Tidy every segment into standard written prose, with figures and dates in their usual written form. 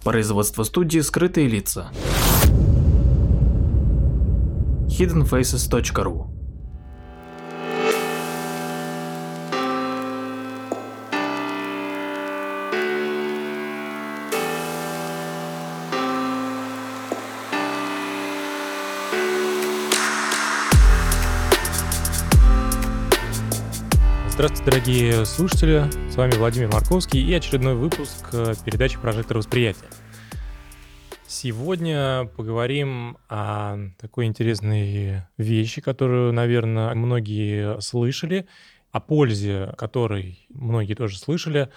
Производство студии «Скрытые лица». hiddenfaces.ru. Здравствуйте, дорогие слушатели, с вами Владимир Марковский и очередной выпуск передачи «Прожектор восприятия». Сегодня поговорим о такой интересной вещи, которую, наверное, многие слышали, о пользе которой многие тоже слышали.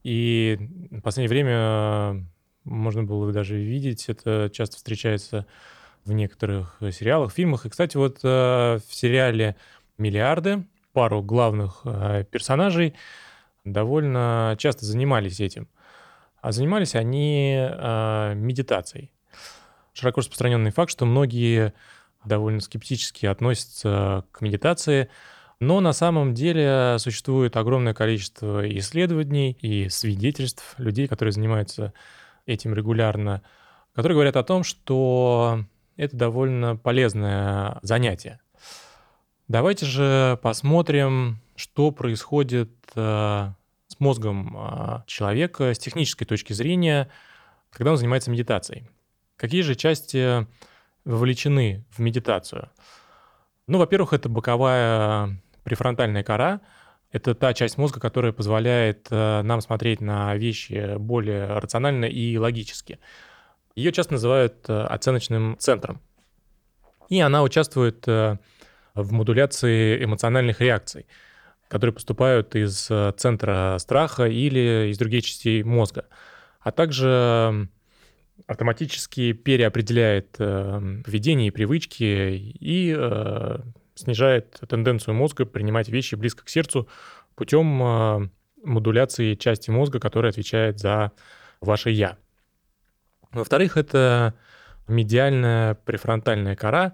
И в последнее время можно было даже видеть, это часто встречается в некоторых сериалах, фильмах. И, кстати, вот в сериале «Миллиарды» пару главных персонажей довольно часто занимались этим. А занимались они медитацией. Широко распространенный факт, что многие довольно скептически относятся к медитации, но на самом деле существует огромное количество исследований и свидетельств людей, которые занимаются этим регулярно, которые говорят о том, что это довольно полезное занятие. Давайте же посмотрим, что происходит с мозгом человека с технической точки зрения, когда он занимается медитацией. Какие же части вовлечены в медитацию? Ну, во-первых, это боковая префронтальная кора. Это та часть мозга, которая позволяет нам смотреть на вещи более рационально и логически. Ее часто называют оценочным центром. И она участвует в модуляции эмоциональных реакций, которые поступают из центра страха или из других частей мозга, а также автоматически переопределяет поведение и привычки и снижает тенденцию мозга принимать вещи близко к сердцу путем модуляции части мозга, которая отвечает за ваше «я». Во-вторых, это медиальная префронтальная кора.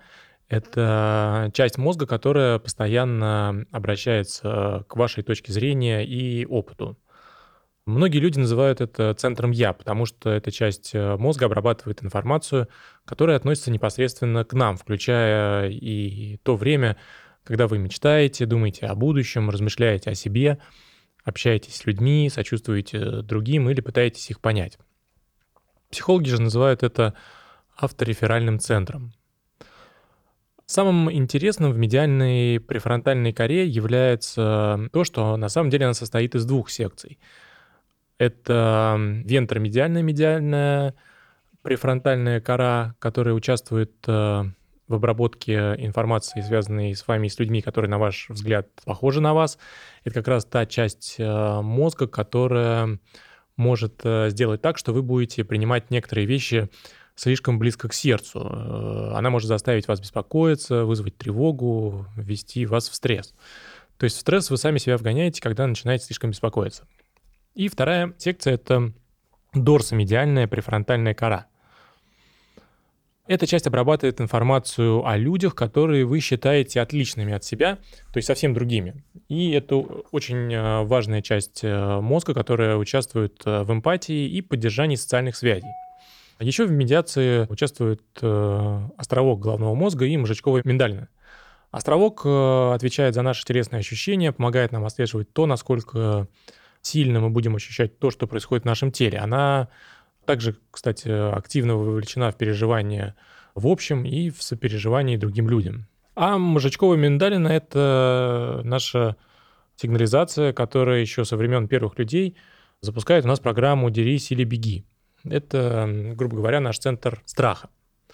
Это часть мозга, которая постоянно обращается к вашей точке зрения и опыту. Многие люди называют это центром «я», потому что эта часть мозга обрабатывает информацию, которая относится непосредственно к нам, включая и то время, когда вы мечтаете, думаете о будущем, размышляете о себе, общаетесь с людьми, сочувствуете другим или пытаетесь их понять. Психологи же называют это автореферальным центром. Самым интересным в медиальной префронтальной коре является то, что на самом деле она состоит из двух секций. Это вентромедиальная медиальная префронтальная кора, которая участвует в обработке информации, связанной с вами и с людьми, которые, на ваш взгляд, похожи на вас. Это как раз та часть мозга, которая может сделать так, что вы будете принимать некоторые вещи слишком близко к сердцу. Она может заставить вас беспокоиться, вызвать тревогу, ввести вас в стресс. То есть в стресс вы сами себя вгоняете, когда начинаете слишком беспокоиться. И вторая секция — это дорсомедиальная префронтальная кора. Эта часть обрабатывает информацию о людях, которые вы считаете отличными от себя, то есть совсем другими. И это очень важная часть мозга, которая участвует в эмпатии и поддержании социальных связей. Еще в медиации участвует островок головного мозга и мозжечково-миндальная. Островок отвечает за наши телесные ощущения, помогает нам отслеживать то, насколько сильно мы будем ощущать то, что происходит в нашем теле. Она также, кстати, активно вовлечена в переживания в общем и в сопереживании другим людям. А мозжечково-миндалина — это наша сигнализация, которая еще со времен первых людей запускает у нас программу «Дерись или беги». Это, грубо говоря, наш центр страха.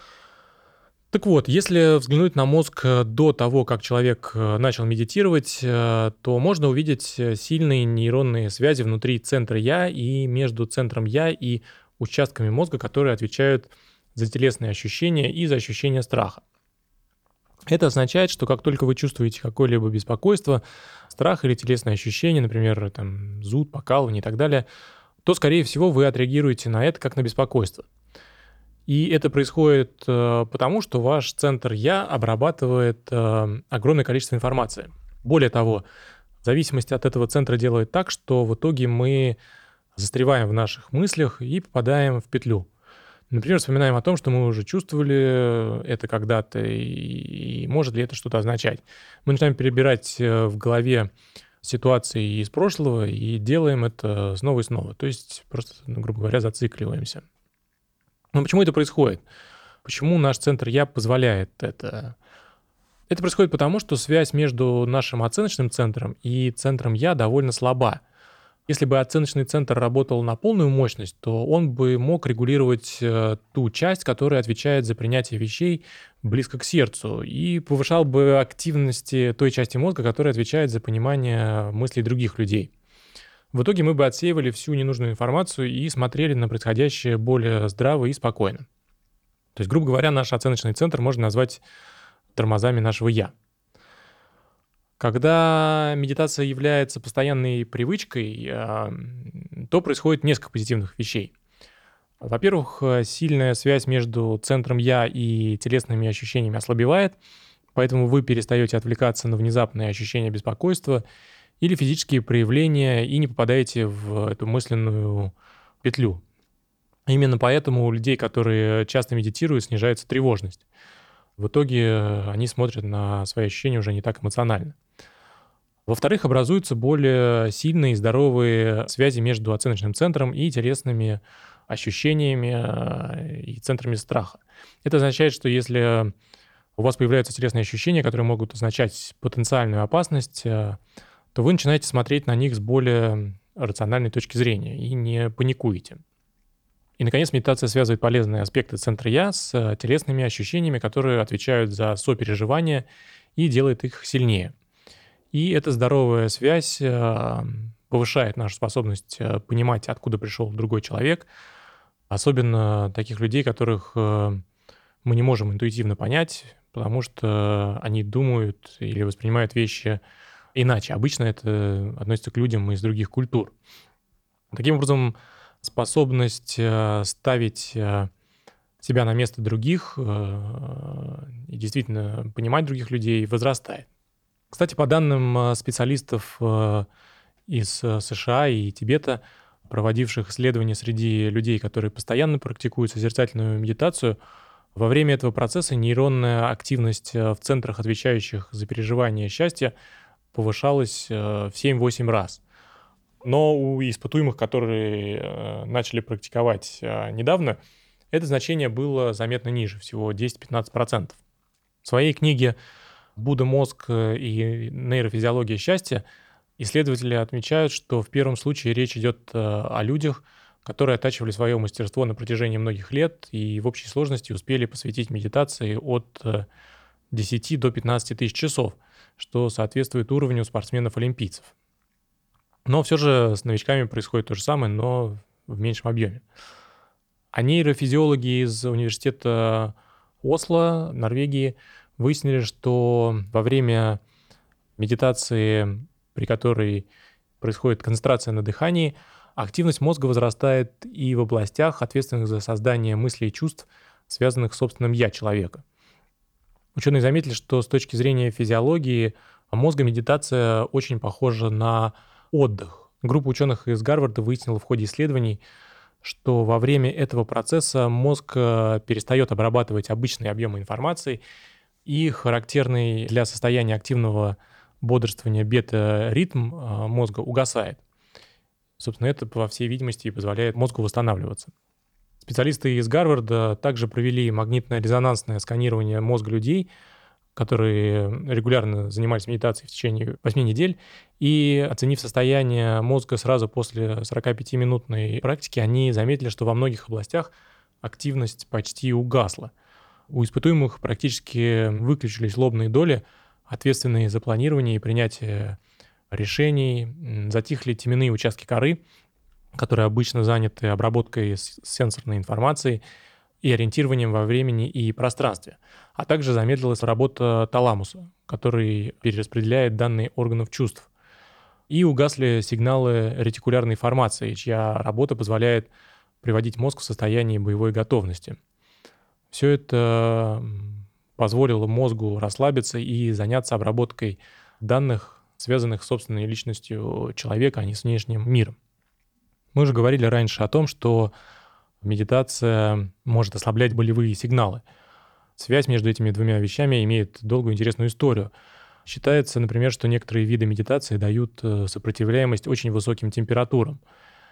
Так вот, если взглянуть на мозг до того, как человек начал медитировать, то можно увидеть сильные нейронные связи внутри центра «я» и между центром «я» и участками мозга, которые отвечают за телесные ощущения и за ощущение страха. Это означает, что как только вы чувствуете какое-либо беспокойство, страх или телесные ощущения, например, зуд, покалывание и так далее, то, скорее всего, вы отреагируете на это как на беспокойство. И это происходит потому, что ваш центр «я» обрабатывает огромное количество информации. Более того, зависимость от этого центра делает так, что в итоге мы застреваем в наших мыслях и попадаем в петлю. Например, вспоминаем о том, что мы уже чувствовали это когда-то, и может ли это что-то означать. Мы начинаем перебирать в голове ситуации из прошлого и делаем это снова и снова. То есть просто, грубо говоря, зацикливаемся. Но почему это происходит? Почему наш центр «Я» позволяет это? Это происходит потому, что связь между нашим оценочным центром и центром «Я» довольно слаба. Если бы оценочный центр работал на полную мощность, то он бы мог регулировать ту часть, которая отвечает за принятие вещей близко к сердцу, и повышал бы активности той части мозга, которая отвечает за понимание мыслей других людей. В итоге мы бы отсеивали всю ненужную информацию и смотрели на происходящее более здраво и спокойно. То есть, грубо говоря, наш оценочный центр можно назвать тормозами нашего «я». Когда медитация является постоянной привычкой, то происходит несколько позитивных вещей. Во-первых, сильная связь между центром «я» и телесными ощущениями ослабевает, поэтому вы перестаете отвлекаться на внезапные ощущения беспокойства или физические проявления и не попадаете в эту мысленную петлю. Именно поэтому у людей, которые часто медитируют, снижается тревожность. В итоге они смотрят на свои ощущения уже не так эмоционально. Во-вторых, образуются более сильные и здоровые связи между оценочным центром и телесными ощущениями и центрами страха. Это означает, что если у вас появляются телесные ощущения, которые могут означать потенциальную опасность, то вы начинаете смотреть на них с более рациональной точки зрения и не паникуете. И, наконец, медитация связывает полезные аспекты центра «Я» с телесными ощущениями, которые отвечают за сопереживание и делает их сильнее. И эта здоровая связь повышает нашу способность понимать, откуда пришел другой человек, особенно таких людей, которых мы не можем интуитивно понять, потому что они думают или воспринимают вещи иначе. Обычно это относится к людям из других культур. Таким образом, способность ставить себя на место других и действительно понимать других людей возрастает. Кстати, по данным специалистов из США и Тибета, проводивших исследования среди людей, которые постоянно практикуют созерцательную медитацию, во время этого процесса нейронная активность в центрах, отвечающих за переживание счастья, повышалась в 7-8 раз. Но у испытуемых, которые начали практиковать недавно, это значение было заметно ниже, всего 10-15%. В своей книге «Будда, мозг и нейрофизиология счастья» исследователи отмечают, что в первом случае речь идет о людях, которые оттачивали свое мастерство на протяжении многих лет и в общей сложности успели посвятить медитации от 10 до 15 тысяч часов, что соответствует уровню спортсменов-олимпийцев. Но все же с новичками происходит то же самое, но в меньшем объеме. А нейрофизиологи из университета Осло, Норвегии, выяснили, что во время медитации, при которой происходит концентрация на дыхании, активность мозга возрастает и в областях, ответственных за создание мыслей и чувств, связанных с собственным «я» человека. Ученые заметили, что с точки зрения физиологии мозга медитация очень похожа на отдых. Группа ученых из Гарварда выяснила в ходе исследований, что во время этого процесса мозг перестает обрабатывать обычные объемы информации, и характерный для состояния активного бодрствования бета-ритм мозга угасает. Собственно, это, по всей видимости, позволяет мозгу восстанавливаться. Специалисты из Гарварда также провели магнитно-резонансное сканирование мозга людей, которые регулярно занимались медитацией в течение 8 недель, и, оценив состояние мозга сразу после 45-минутной практики, они заметили, что во многих областях активность почти угасла. У испытуемых практически выключились лобные доли, ответственные за планирование и принятие решений, затихли теменные участки коры, которые обычно заняты обработкой сенсорной информации и ориентированием во времени и пространстве, а также замедлилась работа таламуса, который перераспределяет данные органов чувств. И угасли сигналы ретикулярной формации, чья работа позволяет приводить мозг в состояние боевой готовности. Все это позволило мозгу расслабиться и заняться обработкой данных, связанных с собственной личностью человека, а не с внешним миром. Мы уже говорили раньше о том, что медитация может ослаблять болевые сигналы. Связь между этими двумя вещами имеет долгую интересную историю. Считается, например, что некоторые виды медитации дают сопротивляемость очень высоким температурам.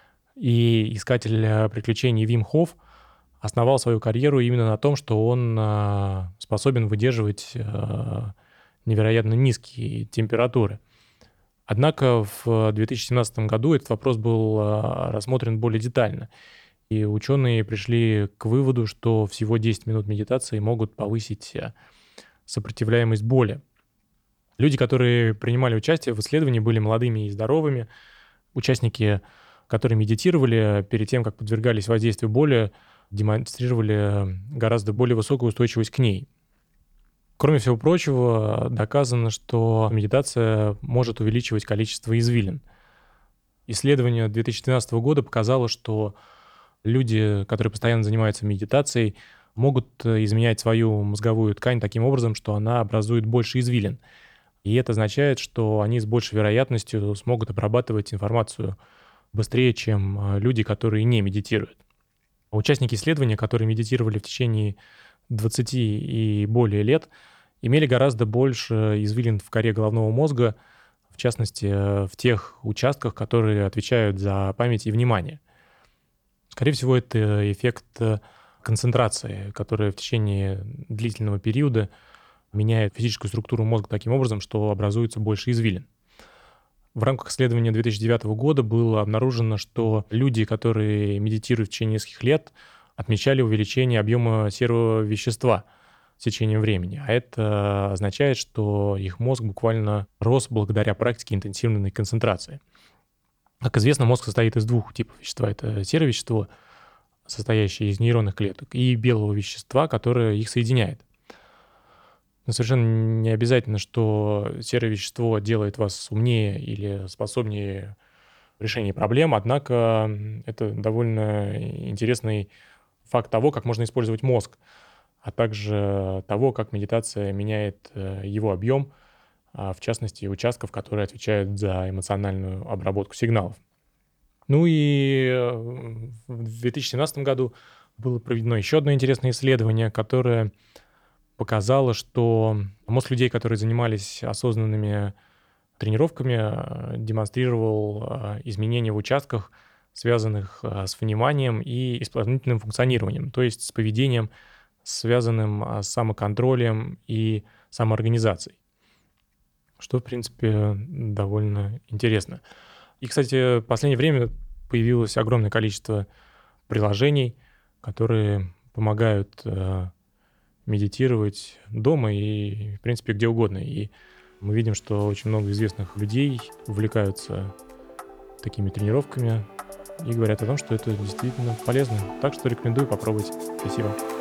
И искатель приключений Вим Хоф основал свою карьеру именно на том, что он способен выдерживать невероятно низкие температуры. Однако в 2017 году этот вопрос был рассмотрен более детально, и ученые пришли к выводу, что всего 10 минут медитации могут повысить сопротивляемость боли. Люди, которые принимали участие в исследовании, были молодыми и здоровыми. Участники, которые медитировали, перед тем, как подвергались воздействию боли, демонстрировали гораздо более высокую устойчивость к ней. Кроме всего прочего, доказано, что медитация может увеличивать количество извилин. Исследование 2013 года показало, что люди, которые постоянно занимаются медитацией, могут изменять свою мозговую ткань таким образом, что она образует больше извилин. И это означает, что они с большей вероятностью смогут обрабатывать информацию быстрее, чем люди, которые не медитируют. Участники исследования, которые медитировали в течение 20 и более лет, имели гораздо больше извилин в коре головного мозга, в частности, в тех участках, которые отвечают за память и внимание. Скорее всего, это эффект концентрации, который в течение длительного периода меняет физическую структуру мозга таким образом, что образуется больше извилин. В рамках исследования 2009 года было обнаружено, что люди, которые медитируют в течение нескольких лет, отмечали увеличение объема серого вещества с течением времени. А это означает, что их мозг буквально рос благодаря практике интенсивной концентрации. Как известно, мозг состоит из двух типов вещества. Это серое вещество, состоящее из нейронных клеток, и белого вещества, которое их соединяет. Но совершенно не обязательно, что серое вещество делает вас умнее или способнее в решении проблем, однако это довольно интересный факт того, как можно использовать мозг, а также того, как медитация меняет его объем, в частности, участков, которые отвечают за эмоциональную обработку сигналов. Ну и в 2017 году было проведено еще одно интересное исследование, которое показало, что мозг людей, которые занимались осознанными тренировками, демонстрировал изменения в участках, связанных с вниманием и исполнительным функционированием, то есть с поведением, связанным с самоконтролем и самоорганизацией, что, в принципе, довольно интересно. И, кстати, в последнее время появилось огромное количество приложений, которые помогают медитировать дома и, в принципе, где угодно. И мы видим, что очень много известных людей увлекаются такими тренировками и говорят о том, что это действительно полезно. Так что рекомендую попробовать. Спасибо.